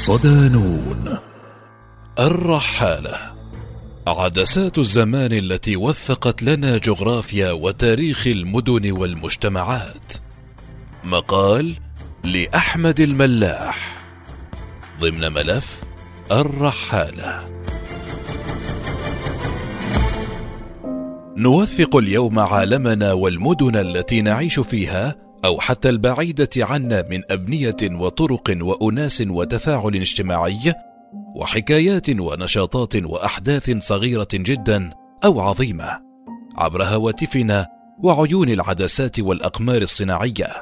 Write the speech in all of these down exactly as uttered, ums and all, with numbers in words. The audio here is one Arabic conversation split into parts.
صدانون. الرحالة، عدسات الزمان التي وثقت لنا جغرافيا وتاريخ المدن والمجتمعات. مقال لأحمد الملاح ضمن ملف الرحالة. نوثق اليوم عالمنا والمدن التي نعيش فيها أو حتى البعيدة عنا من أبنية وطرق وأناس وتفاعل اجتماعي وحكايات ونشاطات وأحداث صغيرة جدا أو عظيمة عبر هواتفنا وعيون العدسات والأقمار الصناعية.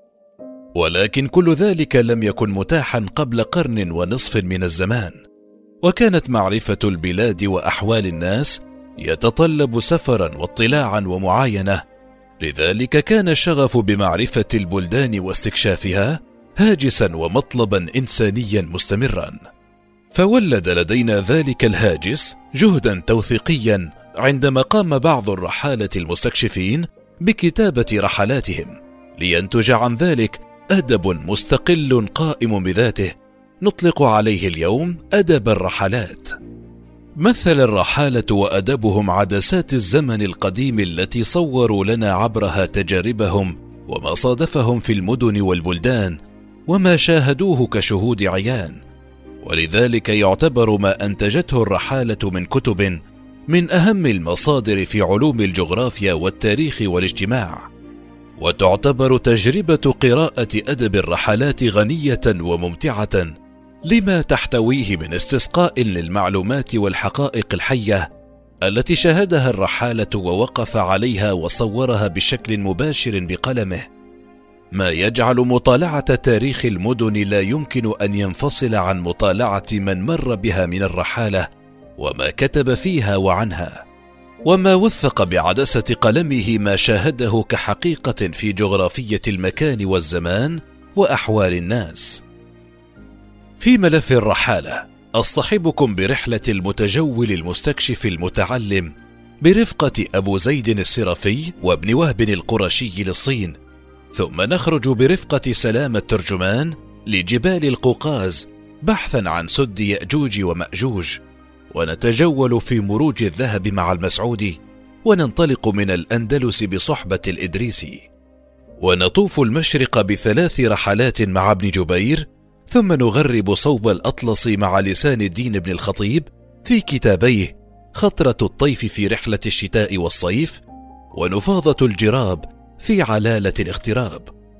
ولكن كل ذلك لم يكن متاحا قبل قرن ونصف من الزمان، وكانت معرفة البلاد وأحوال الناس يتطلب سفرا واطلاعا ومعاينة. لذلك كان الشغف بمعرفة البلدان واستكشافها هاجسا ومطلبا إنسانيا مستمرا، فولد لدينا ذلك الهاجس جهدا توثيقيا عندما قام بعض الرحالة المستكشفين بكتابة رحلاتهم، لينتج عن ذلك أدب مستقل قائم بذاته نطلق عليه اليوم أدب الرحلات. مثل الرحالة وأدبهم عدسات الزمن القديم التي صوروا لنا عبرها تجاربهم وما صادفهم في المدن والبلدان وما شاهدوه كشهود عيان، ولذلك يعتبر ما أنتجته الرحالة من كتب من أهم المصادر في علوم الجغرافيا والتاريخ والاجتماع، وتعتبر تجربة قراءة أدب الرحلات غنية وممتعة لما تحتويه من استسقاء للمعلومات والحقائق الحية التي شاهدها الرحالة ووقف عليها وصورها بشكل مباشر بقلمه، ما يجعل مطالعة تاريخ المدن لا يمكن أن ينفصل عن مطالعة من مر بها من الرحالة وما كتب فيها وعنها، وما وثق بعدسة قلمه ما شاهده كحقيقة في جغرافية المكان والزمان وأحوال الناس. في ملف الرحالة أصطحبكم برحلة المتجول المستكشف المتعلم برفقة أبو زيد السرفي وابن وهب القرشي للصين، ثم نخرج برفقة سلام الترجمان لجبال القوقاز بحثا عن سد يأجوج ومأجوج، ونتجول في مروج الذهب مع المسعودي، وننطلق من الأندلس بصحبة الإدريسي، ونطوف المشرق بثلاث رحلات مع ابن جبير، ثم نغرب صوب الأطلس مع لسان الدين بن الخطيب في كتابيه خطرة الطيف في رحلة الشتاء والصيف ونفاضة الجراب في علالة الاغتراب،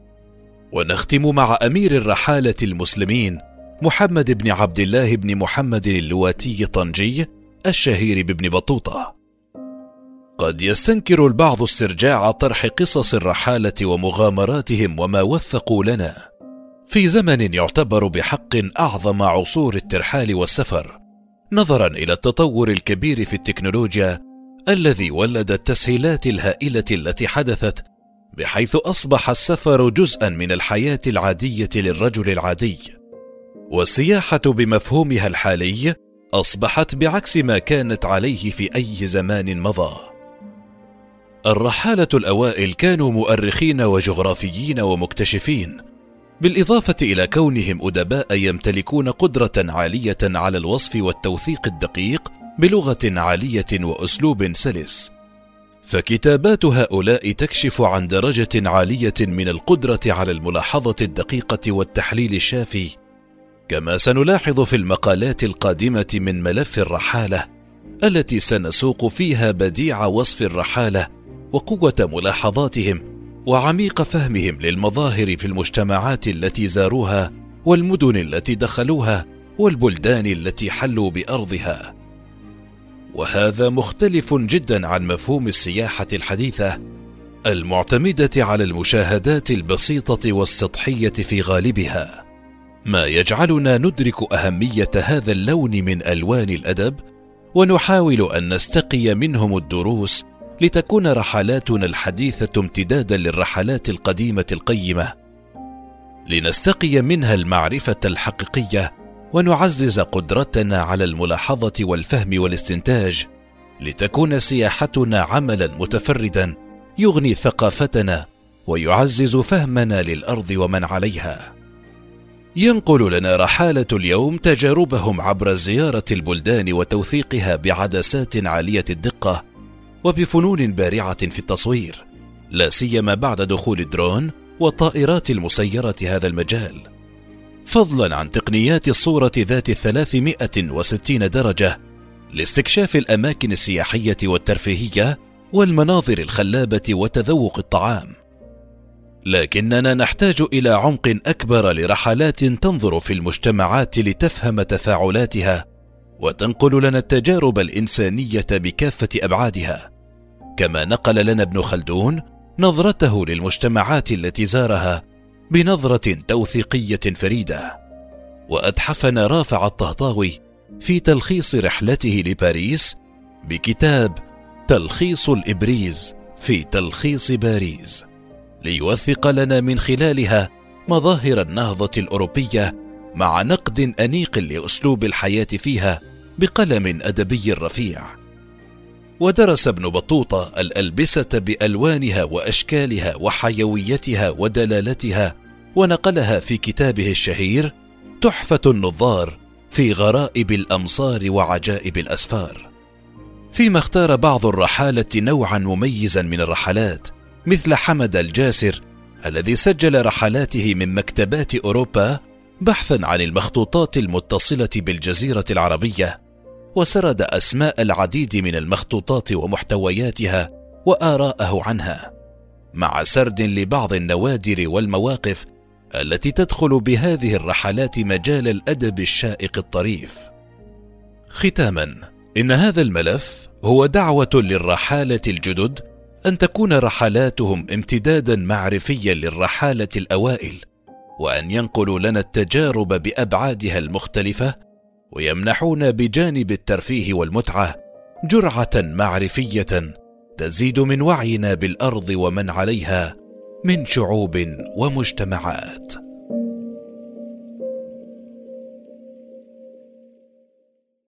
ونختم مع أمير الرحالة المسلمين محمد بن عبد الله بن محمد اللواتي طنجي الشهير بابن بطوطة. قد يستنكر البعض استرجاع طرح قصص الرحالة ومغامراتهم وما وثقوا لنا في زمن يعتبر بحق أعظم عصور الترحال والسفر، نظرا إلى التطور الكبير في التكنولوجيا الذي ولد التسهيلات الهائلة التي حدثت، بحيث أصبح السفر جزءا من الحياة العادية للرجل العادي، والسياحة بمفهومها الحالي أصبحت بعكس ما كانت عليه في أي زمان مضى. الرحالة الأوائل كانوا مؤرخين وجغرافيين ومكتشفين، بالإضافة إلى كونهم أدباء يمتلكون قدرة عالية على الوصف والتوثيق الدقيق بلغة عالية وأسلوب سلس، فكتابات هؤلاء تكشف عن درجة عالية من القدرة على الملاحظة الدقيقة والتحليل الشافي، كما سنلاحظ في المقالات القادمة من ملف الرحالة التي سنسوق فيها بديع وصف الرحالة وقوة ملاحظاتهم وعميق فهمهم للمظاهر في المجتمعات التي زاروها والمدن التي دخلوها والبلدان التي حلوا بأرضها. وهذا مختلف جدا عن مفهوم السياحة الحديثة المعتمدة على المشاهدات البسيطة والسطحية في غالبها، ما يجعلنا ندرك أهمية هذا اللون من ألوان الأدب، ونحاول أن نستقي منهم الدروس لتكون رحلاتنا الحديثة امتدادا للرحلات القديمة القيمة، لنستقي منها المعرفة الحقيقية ونعزز قدرتنا على الملاحظة والفهم والاستنتاج، لتكون سياحتنا عملا متفردا يغني ثقافتنا ويعزز فهمنا للأرض ومن عليها. ينقل لنا رحالة اليوم تجاربهم عبر زيارة البلدان وتوثيقها بعدسات عالية الدقة وبفنون بارعة في التصوير، لا سيما بعد دخول الدرون والطائرات المسيرة هذا المجال، فضلا عن تقنيات الصورة ذات الثلاثمائة وستين درجة لاستكشاف الأماكن السياحية والترفيهية والمناظر الخلابة وتذوق الطعام. لكننا نحتاج إلى عمق أكبر لرحلات تنظر في المجتمعات لتفهم تفاعلاتها وتنقل لنا التجارب الإنسانية بكافة أبعادها، كما نقل لنا ابن خلدون نظرته للمجتمعات التي زارها بنظرة توثيقية فريدة. وأتحفنا رافع الطهطاوي في تلخيص رحلته لباريس بكتاب تلخيص الإبريز في تلخيص باريس، ليوثق لنا من خلالها مظاهر النهضة الأوروبية مع نقد أنيق لأسلوب الحياة فيها بقلم أدبي رفيع. ودرس ابن بطوطة الألبسة بألوانها وأشكالها وحيويتها ودلالتها، ونقلها في كتابه الشهير تحفة النظار في غرائب الأمصار وعجائب الأسفار، فيما اختار بعض الرحالة نوعا مميزا من الرحلات مثل حمد الجاسر الذي سجل رحلاته من مكتبات أوروبا بحثا عن المخطوطات المتصلة بالجزيرة العربية، وسرد أسماء العديد من المخطوطات ومحتوياتها وآراءه عنها، مع سرد لبعض النوادر والمواقف التي تدخل بهذه الرحلات مجال الأدب الشائق الطريف. ختاما، إن هذا الملف هو دعوة للرحالة الجدد أن تكون رحلاتهم امتدادا معرفيا للرحالة الأوائل، وأن ينقلوا لنا التجارب بأبعادها المختلفة، ويمنحون بجانب الترفيه والمتعة جرعة معرفية تزيد من وعينا بالأرض ومن عليها من شعوب ومجتمعات.